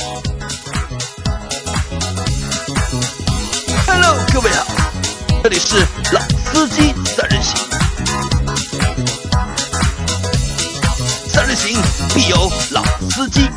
Hello， 各位好，这里是老司机三人行，三人行必有老司机。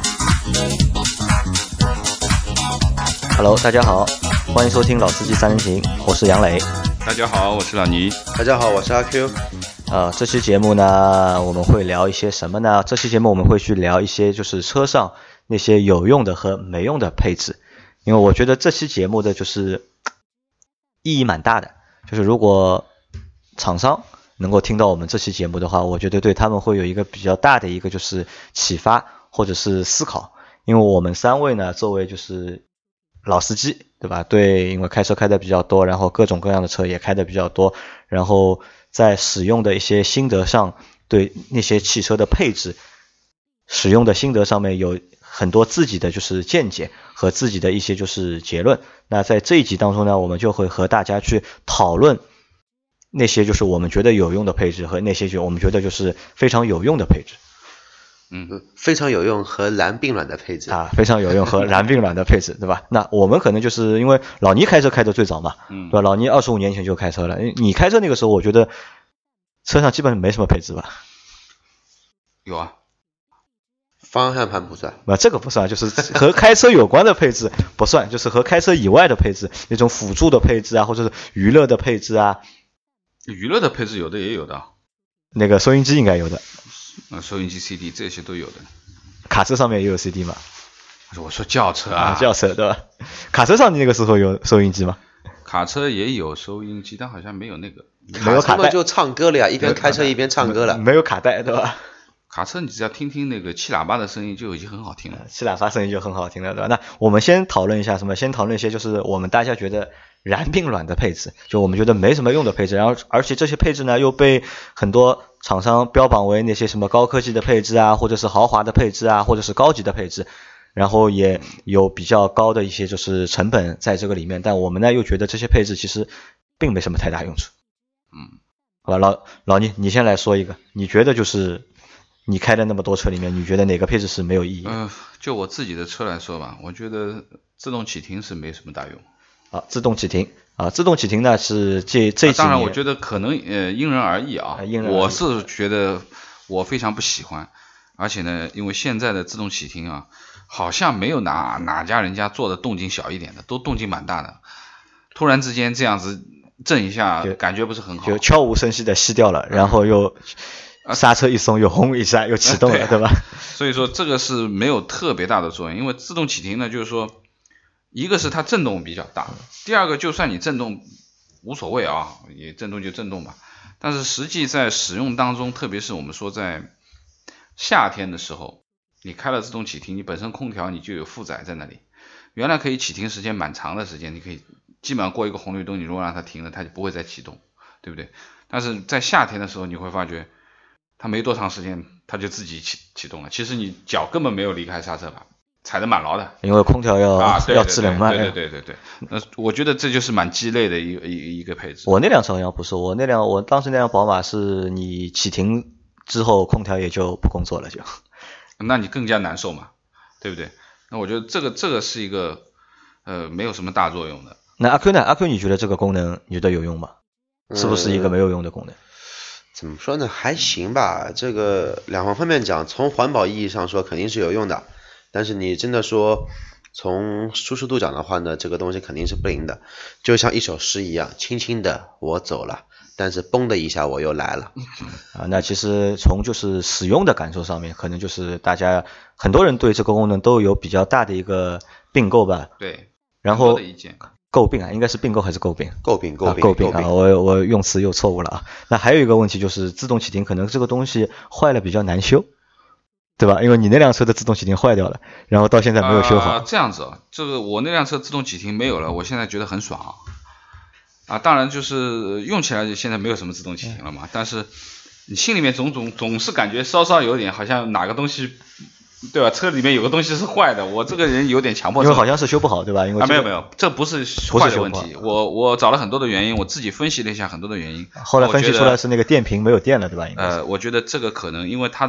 Hello， 大家好，欢迎收听老司机三人行，我是杨磊。 大家好，我是老倪。 大家好，我是阿 Q。 这期节目呢，我们会聊一些什么呢？这期节目我们会去聊一些就是车上那些有用的和没用的配置，因为我觉得这期节目的就是意义蛮大的，就是如果厂商能够听到我们这期节目的话，我觉得对他们会有一个比较大的一个就是启发或者是思考，因为我们三位呢作为就是老司机，对吧？对，因为开车开的比较多，然后各种各样的车也开的比较多，然后在使用的一些心得上，对那些汽车的配置使用的心得上面有很多自己的就是见解和自己的一些就是结论。那在这一集当中呢，我们就会和大家去讨论那些就是我们觉得有用的配置和那些就我们觉得就是非常有用的配置。 非常有用和蓝并卵的配置啊，非常有用和蓝并卵的配置，对吧？那我们可能就是因为老倪开车开的最早嘛，对吧？老倪25年前就开车了，你开车那个时候，我觉得车上基本没什么配置吧？ 有啊， 方向盘不算， 这个不算，就是和开车有关的配置不算，就是和开车以外的配置，那种辅助的配置啊，或者是娱乐的配置啊。 娱乐的配置有的也有的， 那个收音机应该有的。 收音机 CD 这些都有的。 卡车上面也有 CD 吗？ 我说轿车啊， 轿车对吧？卡车上你那个时候有收音机吗？ 卡车也有收音机，但好像没有那个。 没有卡带就唱歌了呀，一边开车一边唱歌了。 没有卡带对吧？ 卡车你只要听听那个气喇叭的声音就已经很好听了。 气喇叭声音就很好听了，对吧？那我们先讨论一下什么？先讨论一些就是我们大家觉得燃并卵的配置，就我们觉得没什么用的配置，然后而且这些配置呢又被很多厂商标榜为那些什么高科技的配置啊，或者是豪华的配置啊，或者是高级的配置，然后也有比较高的一些就是成本在这个里面，但我们呢又觉得这些配置其实并没什么太大用处。好吧，老倪你先来说一个，你觉得就是你开的那么多车里面，你觉得哪个配置是没有意义的？ 就我自己的车来说吧，我觉得自动启停是没什么大用。 自动启停啊，自动启停呢是这几年， 当然我觉得可能因人而异啊，我是觉得我非常不喜欢，而且呢，因为现在的自动启停啊，好像没有哪家人家做的动静小一点的，都动静蛮大的，突然之间这样子震一下，感觉不是很好， 就悄无声息的熄掉了，然后又刹车一松又轰一下又启动了，对吧？ 所以说这个是没有特别大的作用，因为自动启停呢，就是说一个是它震动比较大，第二个就算你震动无所谓啊，也震动就震动吧，但是实际在使用当中，特别是我们说在夏天的时候，你开了自动启停，你本身空调你就有负载在那里，原来可以启停时间蛮长的时间，你可以基本上过一个红绿灯，你如果让它停了，它就不会再启动，对不对？但是在夏天的时候，你会发觉它没多长时间它就自己启动了，其实你脚根本没有离开刹车把，踩得蛮牢的， 因为空调要制冷嘛。 对，那我觉得这就是蛮鸡肋的一个配置。 我那辆车好像不是，我当时那辆宝马是你启停之后空调也就不工作了就。 那你更加难受嘛，对不对？那我觉得这个是一个没有什么大作用的。 那阿 Q 呢？阿 Q 你觉得这个功能你觉得有用吗？是不是一个没有用的功能？ 怎么说呢？还行吧。这个两方面讲，从环保意义上说肯定是有用的，但是你真的说从舒适度讲的话呢，这个东西肯定是不灵的。就像一首诗一样，轻轻的我走了，但是嘣的一下我又来了。 那其实从就是使用的感受上面，可能就是大家很多人对这个功能都有比较大的一个并购吧。 对， 然后的意见。 诟病啊，应该是并购还是诟病？ 诟病啊！我用词又错误了啊。那还有一个问题就是自动启停可能这个东西坏了比较难修，对吧？因为你那辆车的自动启停坏掉了，然后到现在没有修好。 这样子啊，这个我那辆车自动启停没有了，我现在觉得很爽啊。当然就是用起来现在没有什么自动启停了嘛，但是你心里面总是感觉稍稍有点好像哪个东西。对吧？车里面有个东西是坏的，我这个人有点强迫症， 因为好像是修不好，对吧？因为没有，这不是坏的问题。我找了很多的原因，我自己分析了一下很多的原因。 后来分析出来是那个电瓶没有电了，对吧？ 我觉得这个可能因为它的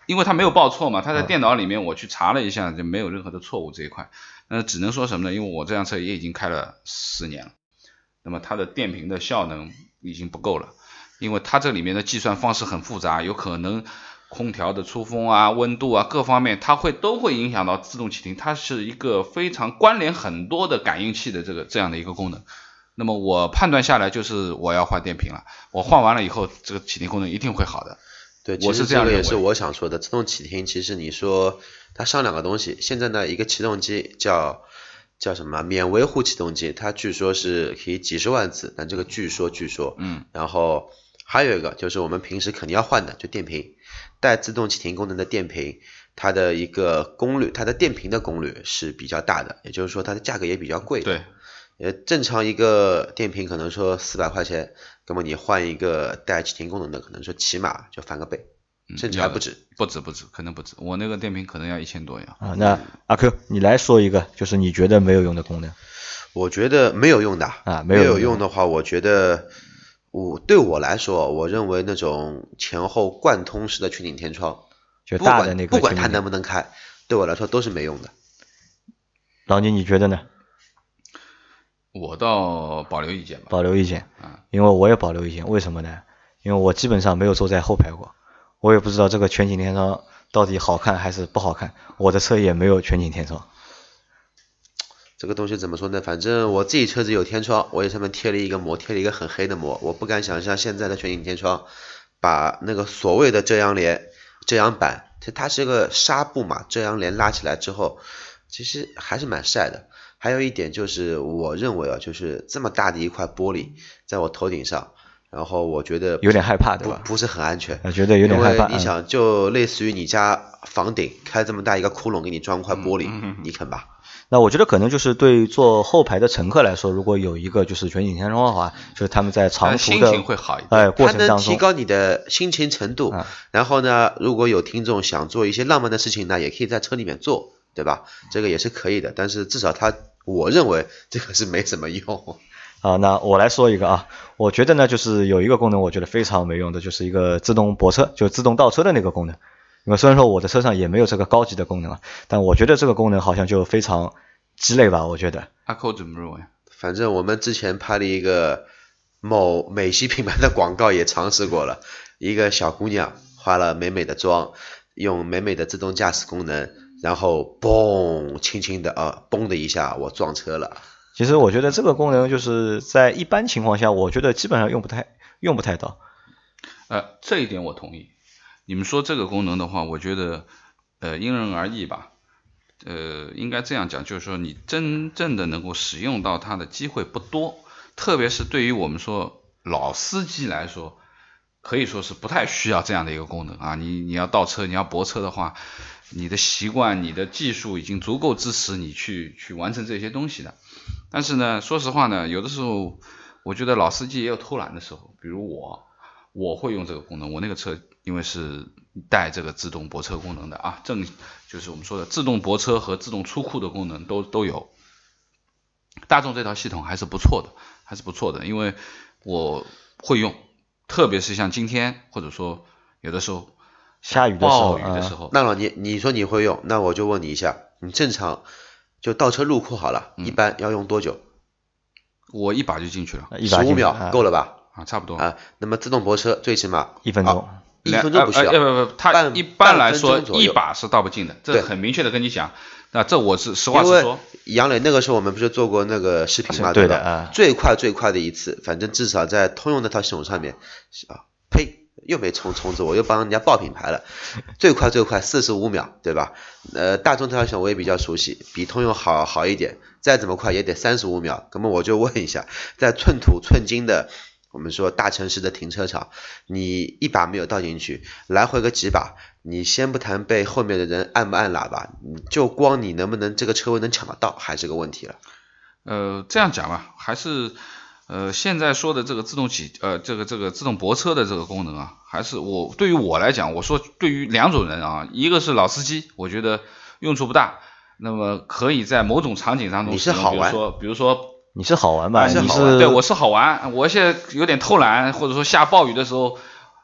因为它没有报错嘛，它在电脑里面我去查了一下，就没有任何的错误这一块。只能说什么呢？因为我这辆车也已经开了10年了，那么它的电瓶的效能已经不够了，因为它这里面的计算方式很复杂，有可能空调的出风啊、温度啊各方面，它都会影响到自动启停，它是一个非常关联很多的感应器的这样的一个功能。那么我判断下来就是我要换电瓶了，我换完了以后，这个启停功能一定会好的。 对， 我是这样认为。 也是我想说的，自动启停其实你说它上2个东西，现在呢一个启动机叫什么免维护启动机，它据说是可以几十万次，但这个据说，然后还有一个就是我们平时肯定要换的，就电瓶，带自动启停功能的电瓶，它的一个功率，它的电瓶的功率是比较大的，也就是说它的价格也比较贵。 对。 正常一个电瓶可能说400块钱，那么你换一个带启停功能的，可能说起码就翻个倍，甚至还不止。 不止，可能不止。我那个电瓶可能要1000多呀。 那阿 Q 你来说一个，就是你觉得没有用的功能。 我觉得没有用的没有用的话，我觉得对我来说，我认为那种前后贯通式的全景天窗， 就大的那个， 不管它能不能开，对我来说都是没用的。 老倪你觉得呢？ 我倒保留意见吧。 保留意见，因为我也保留意见。为什么呢？因为我基本上没有坐在后排过，我也不知道这个全景天窗到底好看还是不好看。我的车也没有全景天窗。 这个东西怎么说呢？反正我自己车子有天窗，我也上面贴了一个膜，贴了一个很黑的膜。我不敢想象现在的全景天窗把那个所谓的遮阳板，它是个纱布嘛，遮阳帘拉起来之后，其实还是蛮晒的。还有一点就是我认为就是这么大的一块玻璃在我头顶上，然后我觉得有点害怕，对吧？ 不是很安全， 我觉得有点害怕。 你想，就类似于你家房顶开这么大一个窟窿，给你装块玻璃，你肯吧？ 那我觉得可能就是对坐后排的乘客来说，如果有一个就是全景天窗的话，就是他们在长途的心情会好一点， 过程当中， 它能提高你的心情程度。然后呢，如果有听众想做一些浪漫的事情呢，也可以在车里面做，对吧？这个也是可以的，但是至少我认为这个是没什么用。 那我来说一个啊，我觉得呢，就是有一个功能我觉得非常没用的，就是一个自动泊车，就自动倒车的那个功能。因为虽然说我的车上也没有这个高级的功能啊，但我觉得这个功能好像就非常鸡肋吧，我觉得。 阿扣怎么认为？ 反正我们之前拍了一个某美系品牌的广告，也尝试过了，一个小姑娘化了美美的妆，用美美的自动驾驶功能，然后嘣，轻轻的嘣的一下，我撞车了。 其实我觉得这个功能就是在一般情况下，我觉得基本上用不太到。 这一点我同意。你们说这个功能的话，我觉得因人而异吧。应该这样讲，就是说你真正的能够使用到它的机会不多，特别是对于我们说老司机来说，可以说是不太需要这样的一个功能啊。你要倒车，你要泊车的话，你的习惯、你的技术已经足够支持你去完成这些东西的。但是呢，说实话呢，有的时候我觉得老司机也有偷懒的时候，比如我会用这个功能，我那个车因为是带这个自动泊车功能的啊，就是我们说的自动泊车和自动出库的功能都有。大众这套系统还是不错的，因为我会用，特别是像今天或者说有的时候下雨的时候、暴雨的时候。 那老你说你会用，那我就问你一下，你正常就倒车入库好了，一般要用多久？ 我一把就进去了 ，15秒够了吧？ 差不多那么自动泊车最起码 1分钟 ，1分钟不需要。 不，它一般来说一把是倒不进的，这很明确的跟你讲。那这我是实话实说。 杨磊那个时候我们不是做过那个视频嘛， 对吧？最快的一次，反正至少在通用那套系统上面呸，又没冲子，我又帮人家报品牌了。最快45秒，对吧？大众这套系统我也比较熟悉，比通用好一点，再怎么快也得35秒。那么我就问一下，在寸土寸金的我们说大城市的停车场，你一把没有倒进去，来回个几把，你先不谈被后面的人按不按喇叭，就光你能不能这个车位能抢得到还是个问题了。 这样讲吧，还是现在说的这个自动这个自动泊车的这个功能啊，还是对于我来讲，我说对于两种人啊，一个是老司机，我觉得用处不大，那么可以在某种场景当中你是好玩， 比如说你是好玩吧？ 对，我是好玩，我现在有点偷懒，或者说下暴雨的时候，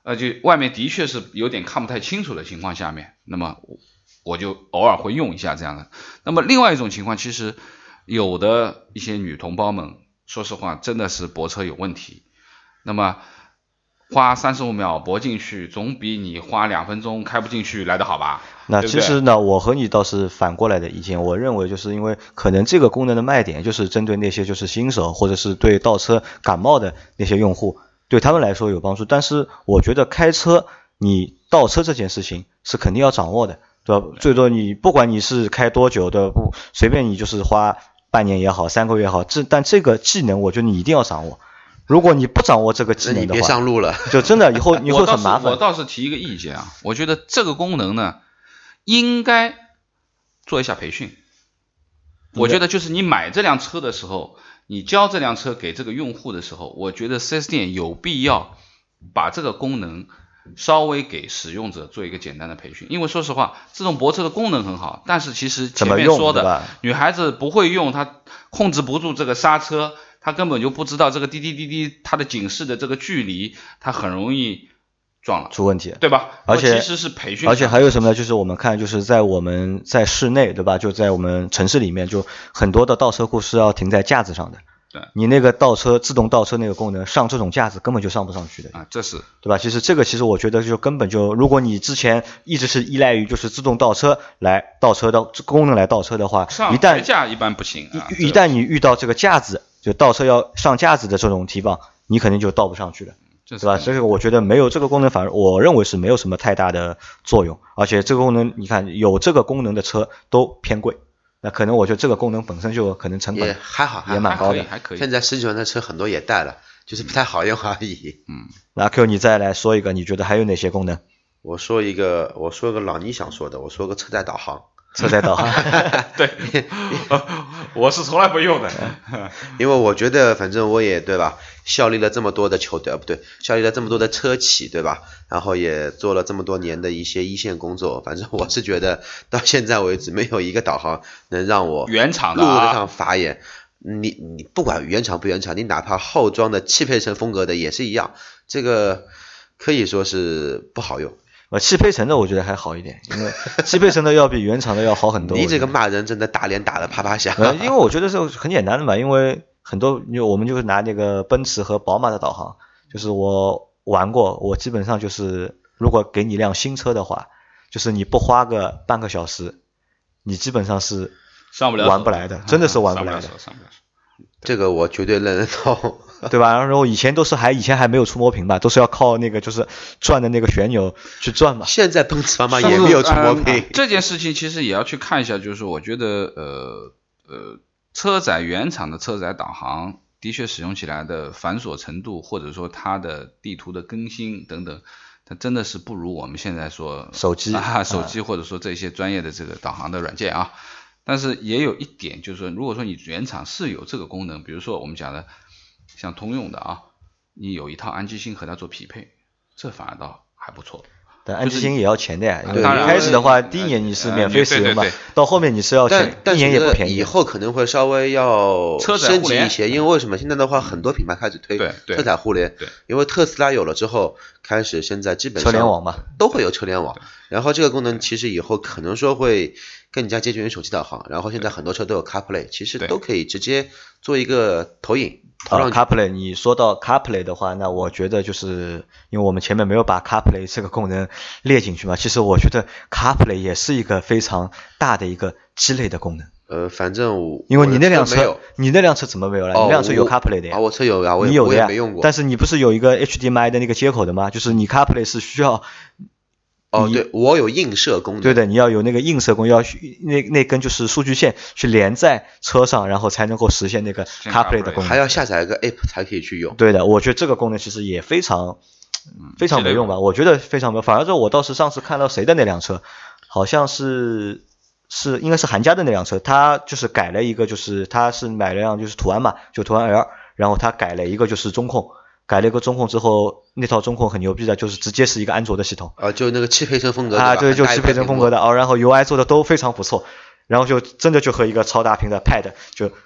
就外面的确是有点看不太清楚的情况下面，那么我就偶尔会用一下这样的。那么另外一种情况，其实有的一些女同胞们，说实话真的是泊车有问题，那么花35秒泊进去，总比你花2分钟开不进去来得好吧？ 那其实呢，我和你倒是反过来的意见。我认为就是因为可能这个功能的卖点就是针对那些就是新手或者是对倒车感冒的那些用户，对他们来说有帮助。但是我觉得开车你倒车这件事情是肯定要掌握的，对吧？最多你不管你是开多久的，不随便你就是花半年也好，3个月也好，但这个技能我觉得你一定要掌握。如果你不掌握这个技能的话， 那你别上路了， 就真的以后你会很麻烦。 我倒是提一个意见啊，我觉得这个功能呢，应该做一下培训。我觉得就是你买这辆车的时候，你交这辆车给这个用户的时候，我觉得 4S 店有必要把这个功能稍微给使用者做一个简单的培训。因为说实话，自动泊车的功能很好，但是其实前面说的女孩子不会用，她控制不住这个刹车，她根本就不知道这个滴滴滴滴它的警示的这个距离，她很容易撞了出问题， 对吧？ 而且其实是培训， 而且还有什么呢？就是我们看，就是我们在室内，对吧？就在我们城市里面，就很多的倒车库是要停在架子上的。 对， 你那个倒车自动倒车那个功能上这种架子根本就上不上去的啊，这是对吧？其实我觉得就根本就，如果你之前一直是依赖于就是自动倒车来倒车的功能来倒车的话， 上学架一般不行啊。 一旦你遇到这个架子，就倒车要上架子的这种提棒，你肯定就倒不上去了。对吧？这个我觉得没有这个功能，反而我认为是没有什么太大的作用，而且这个功能你看有这个功能的车都偏贵，那可能我觉得这个功能本身就可能成本也还好， 也蛮高的， 还可以。 现在10几万的车很多也带了，就是不太好用而已。 那 Q 你再来说一个，你觉得还有哪些功能？ 我说一个老倪想说的，我说个车载导航。 车载导航对，我是从来不用的， 因为我觉得反正我也对吧，效力了这么多的球队，不对，效力了这么多的车企，对吧？然后也做了这么多年的一些一线工作，反正我是觉得到现在为止没有一个导航能让我原厂的路得上法眼。你不管原厂不原厂，你哪怕后装的汽配城风格的也是一样，这个可以说是不好用。 汽配城的我觉得还好一点，因为汽配城的要比原厂的要好很多。 你这个骂人真的打脸打得啪啪响。 因为我觉得是很简单的嘛，因为很多我们就是拿那个奔驰和宝马的导航，就是我玩过，我基本上就是如果给你辆新车的话，就是你不花个半个小时，你基本上是玩不来的，真的是玩不来的。 这个我绝对认得到。 对吧？然后以前还没有触摸屏吧，都是要靠那个就是转的那个旋钮去转嘛。 现在奔驰宝马也没有触摸屏。 这件事情其实也要去看一下，就是我觉得车载原厂的车载导航的确使用起来的繁琐程度，或者说它的地图的更新等等，它真的是不如我们现在说手机或者说这些专业的这个导航的软件啊。但是也有一点就是说，如果说你原厂是有这个功能，比如说我们讲的像通用的啊，你有一套安基星和它做匹配，这反而倒还不错。 但安基星也要钱的呀，因为开始的话第一年你是免费使用嘛，到后面你是要钱，一年也不便宜。 以后可能会稍微要升级一些，因为为什么现在的话很多品牌开始推车载互联，因为特斯拉有了之后，开始现在基本上车联网嘛， 都会有车联网。然后这个功能其实以后可能说会更加接近于手机导航，然后现在很多车都有 CarPlay， 其实都可以直接做一个投影。 CarPlay， 你说到 CarPlay 的话，那我觉得就是因为我们前面没有把 CarPlay 这个功能列进去嘛，其实我觉得 CarPlay 也是一个非常大的一个鸡肋的功能。 反正因为你那辆车怎么没有了？你那辆车有 CarPlay 的呀？ 我车有啊， 你有的呀， 没用过。 但是你不是有一个 HDMI 的那个接口的吗？就是你 CarPlay 是需要。 对，我有映射功能。 对的，你要有那个映射功能，要那根就是数据线去连在车上，然后才能够实现那个 CarPlay 的功能。 还要下载一个 App 才可以去用。 对的，我觉得这个功能其实也非常没用吧，我觉得非常没用。反而是我倒是上次看到谁的那辆车，好像是应该是韩家的那辆车，他就是改了一个，就是他是买了辆就是途安嘛，就途安 L， 然后他改了一个就是中控。改了一个中控之后，那套中控很牛逼的，就是直接是一个安卓的系统就那个汽配城风格的对，就汽配城风格的然后 UI 做的都非常不错，然后就真的就和一个超大屏的 Pad 就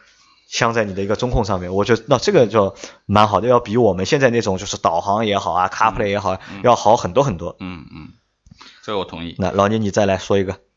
镶在你的一个中控上面，我觉得那这个就蛮好的，要比我们现在那种就是导航也好啊，CarPlay 也好，要好很多很多。 这个我同意。 那老聂你再来说一个。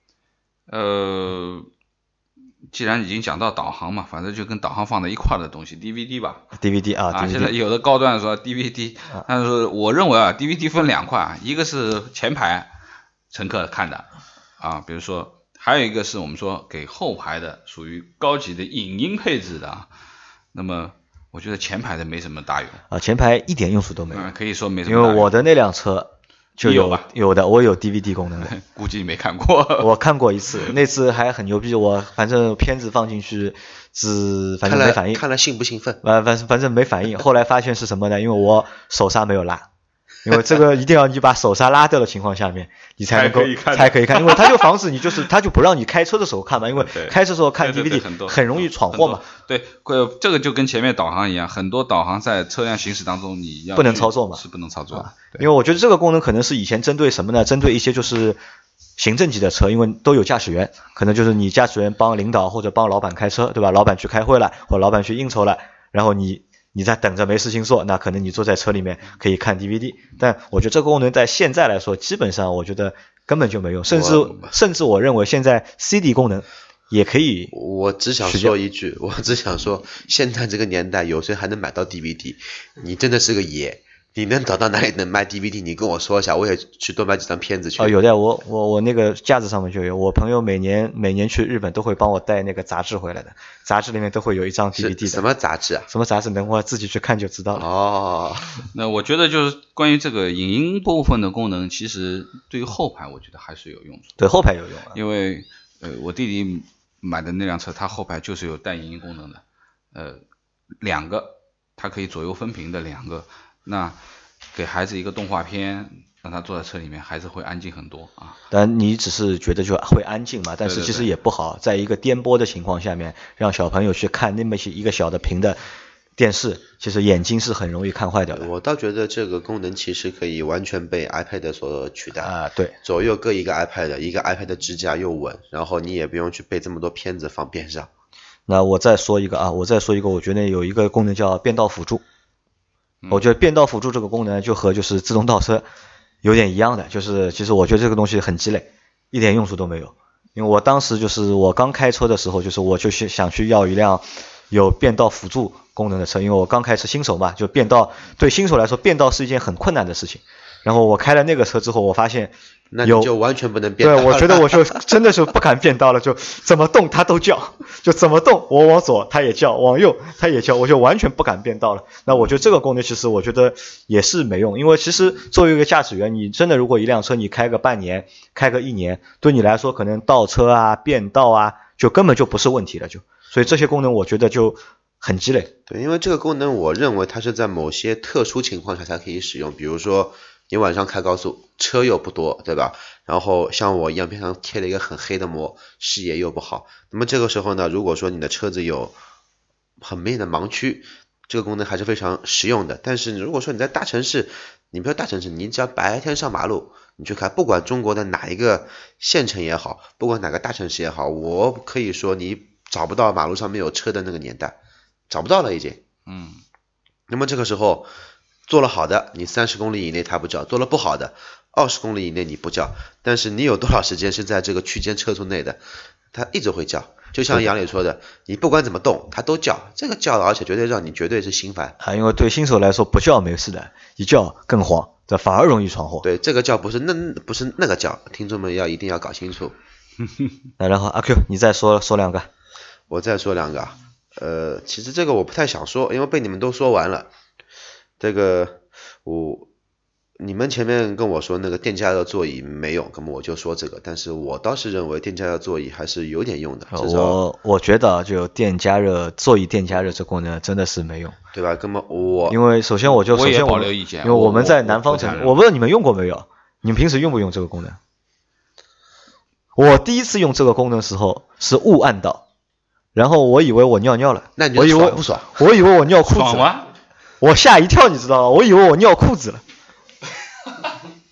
既然已经讲到导航嘛，反正就跟导航放在一块的东西 ，DVD 吧。 DVD 啊 ，DVD。 现在有的高端说 DVD， 但是我认为啊 ，DVD 分两块，一个是前排乘客看的啊，比如说还有一个是我们说给后排的，属于高级的影音配置的啊。那么我觉得前排的没什么大用啊，前排一点用处都没有， 可以说没什么大用。 因为我的那辆车就有的，我有 DVD 功能的。 估计你没看过。 我看过一次，那次还很牛逼，我反正片子放进去反正没反应。 看了兴不兴奋？ 反正没反应。后来发现是什么呢？因为我手刹没有拉。因为这个一定要你把手刹拉掉的情况下面，你才可以看，因为它就防止你它就不让你开车的时候看嘛，因为开车的时候看 DVD 很容易闯祸嘛。 对，这个就跟前面导航一样，很多导航在车辆行驶当中你要不能操作嘛， 是不能操作。 因为我觉得这个功能可能是以前针对什么呢？针对一些就是行政级的车，因为都有驾驶员，可能就是你驾驶员帮领导或者帮老板开车，对吧？老板去开会了，或者老板去应酬了，然后你在等着没事情做，那可能你坐在车里面可以看 DVD， 但我觉得这个功能在现在来说，基本上我觉得根本就没用，甚至我认为现在 CD 功能也可以。 我只想说一句，现在这个年代有谁还能买到 DVD？ 你真的是个爷！你能找到哪里能卖 DVD？ 你跟我说一下，我也去多买几张片子去。 有的，我那个架子上面就有。我朋友每年去日本都会帮我带那个杂志回来的，杂志里面都会有一张 DVD 的。 什么杂志啊？ 什么杂志？等会自己去看就知道了。 哦， 那我觉得就是关于这个影音部分的功能，其实对于后排我觉得还是有用处。 对，后排有用啊。 因为我弟弟买的那辆车，它后排就是有带影音功能的，两个，它可以左右分屏的两个。那给孩子一个动画片，让他坐在车里面，孩子会安静很多啊。 但你只是觉得就会安静嘛，但是其实也不好，在一个颠簸的情况下面，让小朋友去看那么一个小的屏的电视，其实眼睛是很容易看坏掉的。 我倒觉得这个功能其实可以完全被 iPad 所取代啊。对， 左右各一个 iPad， 一个 iPad 支架又稳，然后你也不用去背这么多片子放边上。 那我再说一个，我觉得有一个功能叫变道辅助。我觉得变道辅助这个功能就和就是自动倒车有点一样的，就是其实我觉得这个东西很鸡肋，一点用处都没有。因为我当时就是我刚开车的时候，就是我就想去要一辆有变道辅助功能的车，因为我刚开车新手嘛，就变道对新手来说变道是一件很困难的事情。然后我开了那个车之后，我发现那你就完全不能变道了。 对，我觉得我就真的是不敢变道了，就怎么动它都叫，就怎么动我往左它也叫，往右它也叫，我就完全不敢变道了。那我觉得这个功能其实我觉得也是没用，因为其实作为一个驾驶员，你真的如果一辆车你开个半年，开个1年，对你来说可能倒车啊、变道啊，就根本就不是问题了，所以这些功能我觉得就很鸡肋。 对，因为这个功能我认为它是在某些特殊情况下才可以使用，比如说你晚上开高速，车又不多，对吧？然后像我一样边上贴了一个很黑的膜，视野又不好，那么这个时候呢，如果说你的车子有很明显的盲区，这个功能还是非常实用的。但是如果说你在大城市，你不要大城市，你只要白天上马路，你去看，不管中国的哪一个县城也好，不管哪个大城市也好，我可以说你找不到马路上没有车的那个年代，找不到了已经。那么这个时候做了好的，你30公里以内它不叫；做了不好的，20公里以内你不叫。但是你有多少时间是在这个区间车速内的，它一直会叫。就像杨磊说的，你不管怎么动，它都叫。这个叫了，而且绝对让你绝对是心烦啊！因为对新手来说，不叫没事的，一叫更慌，这反而容易闯祸。 对，这个叫不是那个叫，听众们一定要搞清楚。 那然后阿 Q， 你再说两个。 我再说两个。其实这个我不太想说，因为被你们都说完了。这个你们前面跟我说那个电加热座椅没用，那么我就说这个，但是我倒是认为电加热座椅还是有点用的。 我觉得就座椅电加热这功能真的是没用， 对吧？那么因为首先我也保留意见， 因为我们在南方城，我不知道你们用过没有，你们平时用不用这个功能？我第一次用这个功能的时候是误按到，然后我以为我尿尿了， 那你觉得爽不爽？ 我以为我尿裤子了，我吓一跳，你知道吗？我以为我尿裤子了。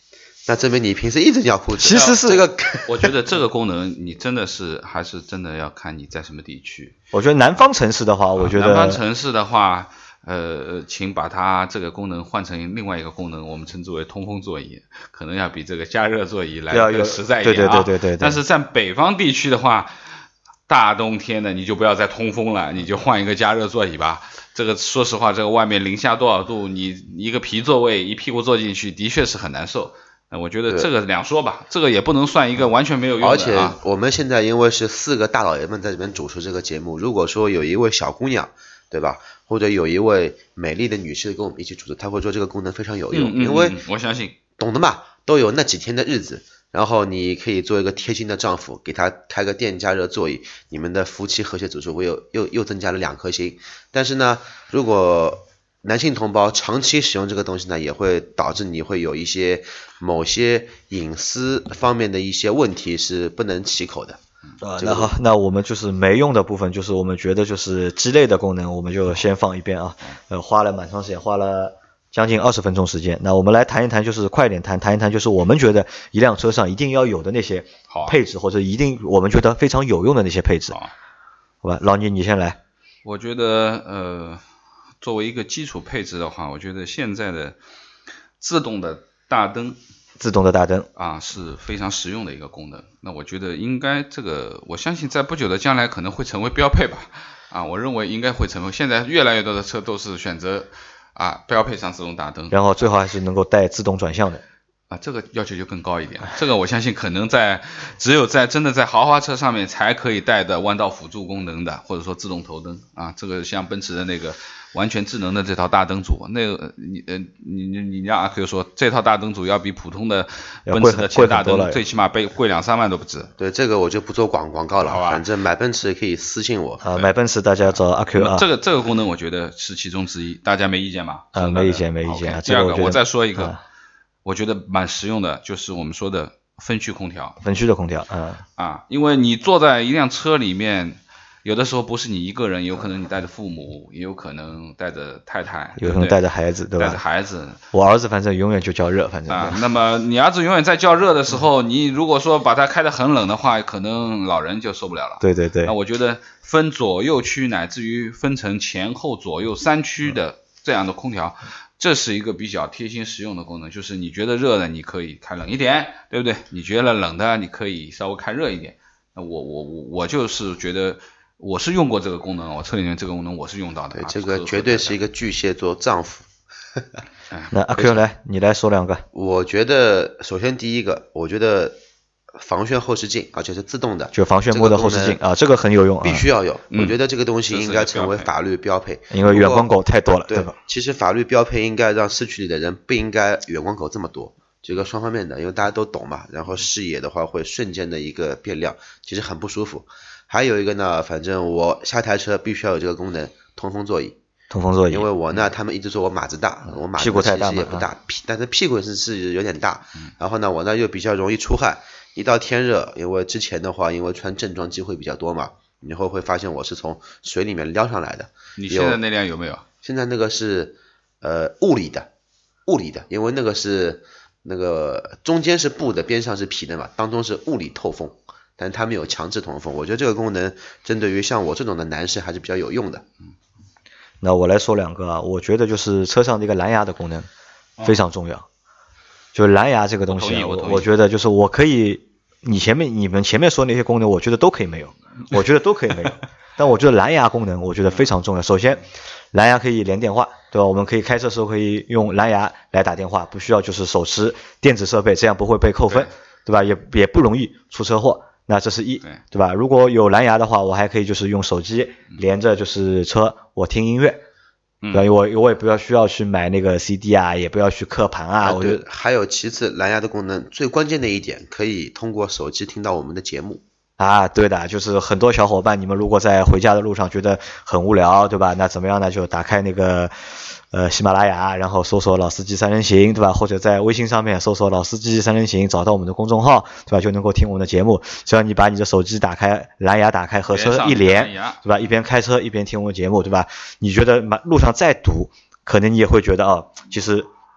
那证明你平时一直尿裤子。 其实是这个， 我觉得这个功能你真的是还是真的要看你在什么地区。 我觉得南方城市的话，我觉得南方城市的话，请把它这个功能换成另外一个功能，我们称之为通风座椅，可能要比这个加热座椅来更实在一点啊。 对。 但是在北方地区的话，大冬天的你就不要再通风了，你就换一个加热座椅吧。这个说实话，这个外面零下多少度，你一个皮座位一屁股坐进去，的确是很难受。我觉得这个两说吧，这个也不能算一个完全没有用的。 而且我们现在因为是4个大老爷们在这边主持这个节目，如果说有一位小姑娘，对吧？或者有一位美丽的女士跟我们一起主持，她会说这个功能非常有用，因为我相信懂的嘛，都有那几天的日子。然后你可以做一个贴心的丈夫，给他开个电加热座椅，你们的夫妻和谐指数又增加了2颗星。但是呢，如果男性同胞长期使用这个东西呢，也会导致你会有一些某些隐私方面的一些问题是不能启口的。 那好，那我们就是没用的部分，就是我们觉得就是鸡肋的功能，我们就先放一边啊。花了蛮长时间，花了将近20分钟时间。那我们来谈一谈，就是快点谈一谈，就是我们觉得一辆车上一定要有的那些配置，或者一定我们觉得非常有用的那些配置。好吧，老倪你先来。 我觉得作为一个基础配置的话，我觉得现在的自动的大灯啊是非常实用的一个功能。那我觉得应该这个，我相信在不久的将来可能会成为标配吧。我认为应该会成为，现在越来越多的车都是选择标配上自动大灯， 然后最好还是能够带自动转向的。 这个要求就更高一点。这个我相信可能只有真的在豪华车上面才可以带的弯道辅助功能的，或者说自动头灯这个像奔驰的那个完全智能的这套大灯组，那个你让阿 Q 说这套大灯组要比普通的奔驰的前大灯最起码贵2-3万都不止。 对，这个我就不做广告了，好吧，反正买奔驰可以私信我买奔驰大家找阿 Q 啊。 这个功能我觉得是其中之一，大家没意见吧？ 没意见。 第二个我再说一个。我觉得蛮实用的，就是我们说的分区空调。因为你坐在一辆车里面，有的时候不是你一个人，有可能你带着父母，也有可能带着太太， 有可能带着孩子，对吧？ 带着孩子， 我儿子反正永远就叫热，反正那么你儿子永远在叫热的时候，你如果说把它开得很冷的话，可能老人就受不了了。 对。 那我觉得分左右区，乃至于分成前后左右3区的这样的空调。这是一个比较贴心实用的功能，就是你觉得热的你可以开冷一点，对不对？你觉得冷的你可以稍微开热一点。那我就是觉得我是用过这个功能，我车里面这个功能我是用到的。 对，这个绝对是一个巨蟹座丈夫。 那阿 Q 来，你来说2个。 我觉得首先第一个，我觉得防眩后视镜，而且是自动的， 就防眩目的后视镜这个很有用， 必须要有。我觉得这个东西应该成为法律标配， 因为远光狗太多了， 对吧？ 其实法律标配应该让市区里的人不应该远光狗这么多，这个双方面的，因为大家都懂嘛。然后视野的话会瞬间的一个变亮，其实很不舒服。还有一个呢，反正我下台车必须要有这个功能，通风座椅。因为我呢，他们一直说我码子大，我码子其实也不大，但是屁股是有点大。然后呢，我呢又比较容易出汗。一到天热，因为之前的话，因为穿正装机会比较多嘛，以后会发现我是从水里面撩上来的。 你现在那辆有没有？ 现在那个是物理的，因为那个是那个中间是布的，边上是皮的嘛，当中是物理透风，但它没有强制通风。我觉得这个功能针对于像我这种的男士还是比较有用的。 那我来说2个我觉得就是车上这个蓝牙的功能非常重要。就蓝牙这个东西我觉得就是我可以，你们前面说那些功能我觉得都可以没有，但我觉得蓝牙功能我觉得非常重要。首先蓝牙可以连电话，对吧？我们可以开车的时候可以用蓝牙来打电话，不需要就是手持电子设备，这样不会被扣分，对吧？也不容易出车祸。那这是对吧？如果有蓝牙的话，我还可以就是用手机连着就是车，我听音乐。对，我也不要需要去买那个 CD 也不要去刻盘我觉得还有其次，蓝牙的功能最关键的一点，可以通过手机听到我们的节目。 对的，就是很多小伙伴，你们如果在回家的路上觉得很无聊，对吧？那怎么样呢？就打开那个喜马拉雅，然后搜索老司机三人行，对吧？或者在微信上面搜索老司机三人行，找到我们的公众号，对吧？就能够听我们的节目。只要你把你的手机打开，蓝牙打开，和车一连，对吧？一边开车一边听我们节目，对吧？你觉得路上再堵，可能你也会觉得其实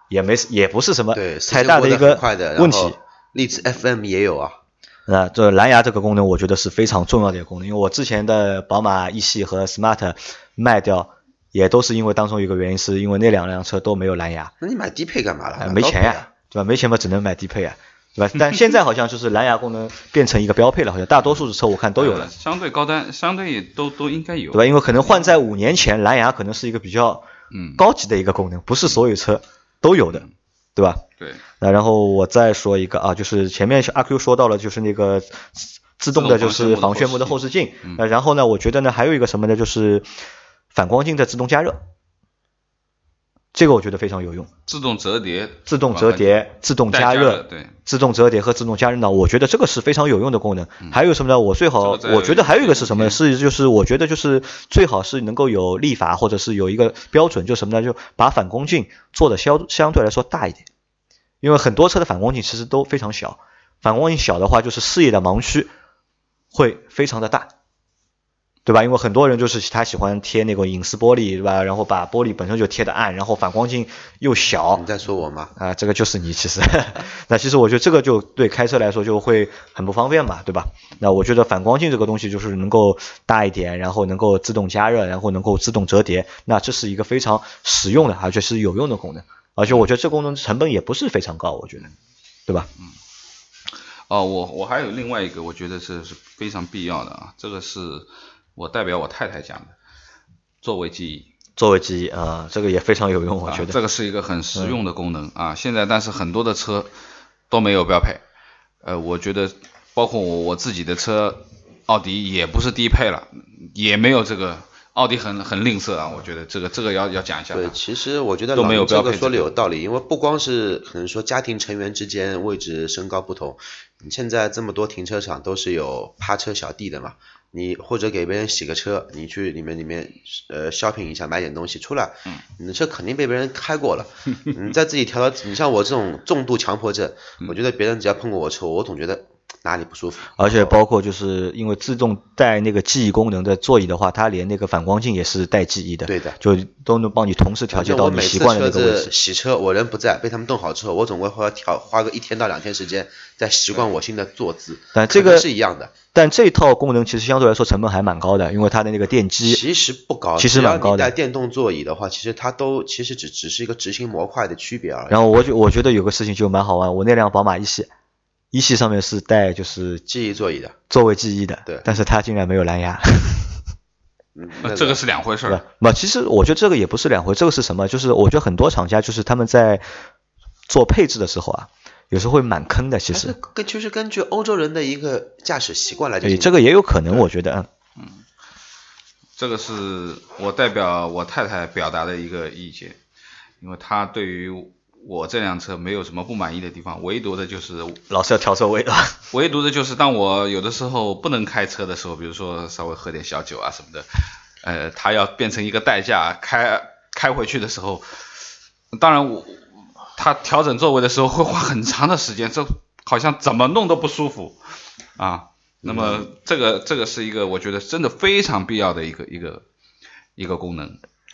也不是什么对， 太大的一个问题。 荔枝 FM 也有啊。 这蓝牙这个功能我觉得是非常重要的一个功能，因为我之前的宝马一系和 Smart 卖掉也都是因为当中有一个原因，是因为那两辆车都没有蓝牙。 那你买低配干嘛了？ 没钱呀，对吧？没钱嘛，只能买低配啊，对吧？但现在好像就是蓝牙功能变成一个标配了，好像大多数的车我看都有了。 相对高端，相对都应该有， 对吧？因为可能换在5年前，蓝牙可能是一个比较高级的一个功能，不是所有车都有的，对吧？ 对。 那然后我再说一个啊，就是前面阿 Q 说到了，就是那个自动的就是防眩目的后视镜。然后呢，我觉得呢还有一个什么呢，就是反光镜的自动加热。这个我觉得非常有用， 自动折叠、 自动加热， 对， 自动折叠和自动加热呢，我觉得这个是非常有用的功能。还有什么呢？我觉得还有一个是什么？就是我觉得就是最好是能够有立法或者是有一个标准，就什么呢？就把反光镜做的相对来说大一点，因为很多车的反光镜其实都非常小，反光镜小的话就是视野的盲区会非常的大。对吧？因为很多人就是他喜欢贴那个隐私玻璃，对吧？然后把玻璃本身就贴得暗，然后反光镜又小。 你在说我吗？ 啊，这个就是你其实。那其实我觉得这个就对开车来说就会很不方便嘛，对吧？那我觉得反光镜这个东西就是能够大一点，然后能够自动加热，然后能够自动折叠，那这是一个非常实用的，而且是有用的功能。而且我觉得这功能成本也不是非常高，我觉得，对吧？ 我还有另外一个，我觉得是非常必要的啊，这个是我代表我太太讲的，座位记忆啊，这个也非常有用，我觉得这个是一个很实用的功能啊。现在但是很多的车都没有标配，我觉得包括我自己的车，奥迪也不是低配了，也没有这个。奥迪很吝啬啊，我觉得这个要讲一下。 对，其实我觉得都没有标配这个说的有道理，因为不光是可能说家庭成员之间位置身高不同，你现在这么多停车场都是有趴车小弟的嘛，你或者给别人洗个车，你去里面shopping 一下买点东西出来，你的车肯定被别人开过了，你再自己调到，你像我这种重度强迫症，我觉得别人只要碰过我车，我总觉得哪里不舒服。 而且包括就是因为自动带那个记忆功能的座椅的话，它连那个反光镜也是带记忆的， 对的， 就都能帮你同时调节到你习惯的那个位置。 我每次车子洗车，我人不在，被他们动好之后，我总会花个1天到2天时间再习惯我新的坐姿。 但这个是一样的。 但这套功能其实相对来说成本还蛮高的，因为它的那个电机其实不高， 其实蛮高的。 只要你带电动座椅的话，其实它都只是一个执行模块的区别而已。 然后我觉得有个事情就蛮好玩，我那辆宝马一系上面是带就是记忆座椅的， 座位记忆的， 对， 但是它竟然没有蓝牙。 这个是两回事。 其实我觉得这个也不是两回，这个是什么？就是我觉得很多厂家就是他们在做配置的时候啊，有时候会蛮坑的。其实就是根据欧洲人的一个驾驶习惯来进行。 这个也有可能，我觉得。 这个是我代表我太太表达的一个意见，因为她对于我这辆车没有什么不满意的地方，唯独的就是老是要调座位的。 唯独的就是当我有的时候不能开车的时候，比如说稍微喝点小酒啊什么的，它要变成一个代驾开回去的时候，当然它调整座位的时候会花很长的时间，这好像怎么弄都不舒服啊。那么这个是一个我觉得真的非常必要的一个功能。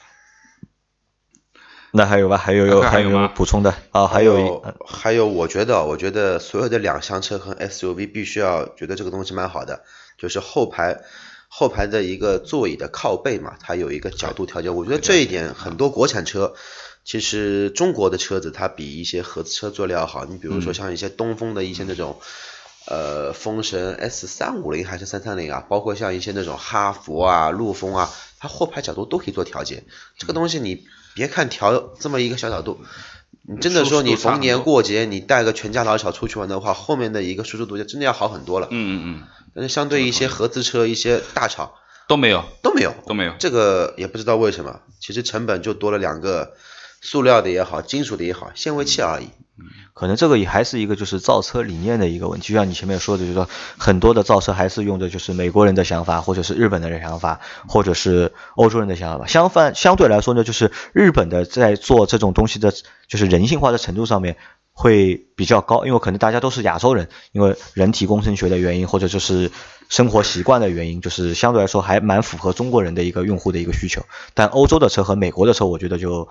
那还有吧？还有补充的啊？还有， 我觉得所有的两厢车和 SUV 必须要觉得这个东西蛮好的，就是后排的一个座椅的靠背嘛，它有一个角度调节。我觉得这一点很多国产车，其实中国的车子它比一些合资车做的要好。你比如说像一些东风的一些那种风神 S350还是330啊，包括像一些那种哈弗啊、陆风啊，它后排角度都可以做调节。这个东西你别看调这么一个小角度，你真的说你逢年过节你带个全家老小出去玩的话，后面的一个舒适度就真的要好很多了。但是相对一些合资车、一些大厂都没有。 这个也不知道为什么，其实成本就多了2个塑料的也好，金属的也好，纤维器而已。 可能这个也还是一个就是造车理念的一个问题，就像你前面说的，就是说很多的造车还是用的就是美国人的想法，或者是日本的想法，或者是欧洲人的想法。相对来说呢，就是日本的在做这种东西的，就是人性化的程度上面会比较高，因为可能大家都是亚洲人，因为人体工程学的原因，或者就是生活习惯的原因，就是相对来说还蛮符合中国人的一个用户的一个需求。但欧洲的车和美国的车，我觉得就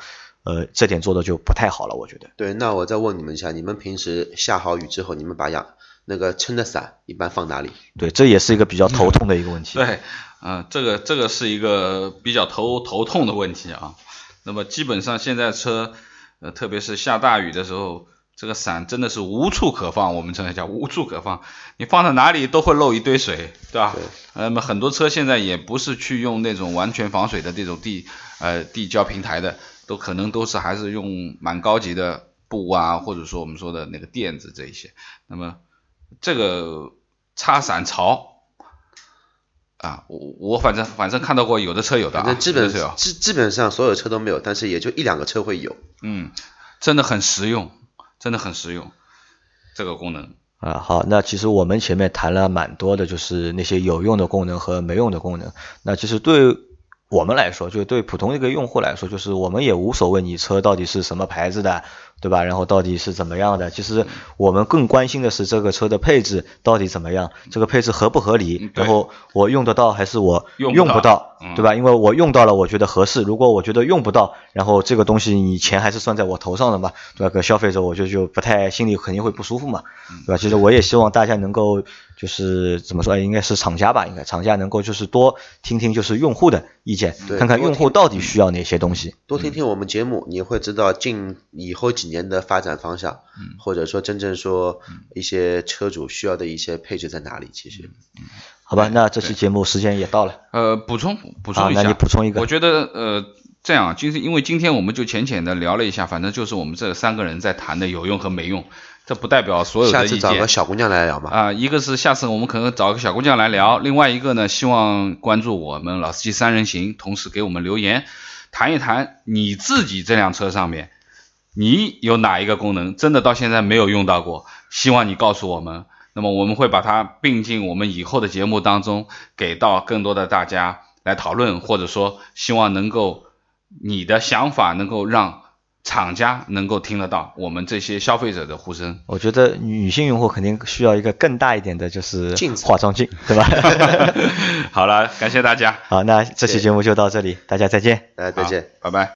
这点做的就不太好了，我觉得。 对，那我再问你们一下，你们平时下好雨之后，你们把那个撑的伞一般放哪里？ 对，这也是一个比较头痛的一个问题。 对，这个是一个比较头痛的问题啊。那么基本上现在车，特别是下大雨的时候，这个伞真的是无处可放，我们称为叫无处可放，你放到哪里都会漏一堆水，对吧？对。那么很多车现在也不是去用那种完全防水的这种地胶平台的，可能都是还是用蛮高级的布啊，或者说我们说的那个垫子这一些。那么这个插伞槽啊，我反正看到过有的车有的啊， 基本上所有车都没有，但是也就1-2个车会有。 真的很实用，真的很实用这个功能。 好，那其实我们前面谈了蛮多的，就是那些有用的功能和没用的功能。那其实对我们来说，就对普通一个用户来说，就是我们也无所谓你车到底是什么牌子的，对吧？然后到底是怎么样的？其实我们更关心的是这个车的配置到底怎么样，这个配置合不合理，然后我用得到还是我用不到，对吧？因为我用到了我觉得合适，如果我觉得用不到，然后这个东西你钱还是算在我头上的嘛，对吧？个消费者我就不太心里肯定会不舒服嘛，对吧？其实我也希望大家能够就是怎么说，应该是厂家吧，厂家能够就是多听听就是用户的意见，看看用户到底需要哪些东西， 多听听我们节目，你会知道以后几年的发展方向，或者说真正说一些车主需要的一些配置在哪里。其实好吧，那这期节目时间也到了。 补充一下， 那你补充一个。 我觉得这样，因为今天我们就浅浅的聊了一下，反正就是我们这3个人在谈的有用和没用，这不代表所有的意见。 下次找个小姑娘来聊嘛。 一个是下次我们可能找个小姑娘来聊，另外一个呢，希望关注我们老司机3人行，同时给我们留言，谈一谈你自己这辆车上面，你有哪一个功能真的到现在没有用到过，希望你告诉我们。那么我们会把它并进我们以后的节目当中，给到更多的大家来讨论，或者说希望能够你的想法能够让厂家能够听得到我们这些消费者的呼声。 我觉得女性用户肯定需要一个更大一点的就是化妆镜，对吧？ 好了，感谢大家。 好，那这期节目就到这里，大家再见。 大家再见， 拜拜。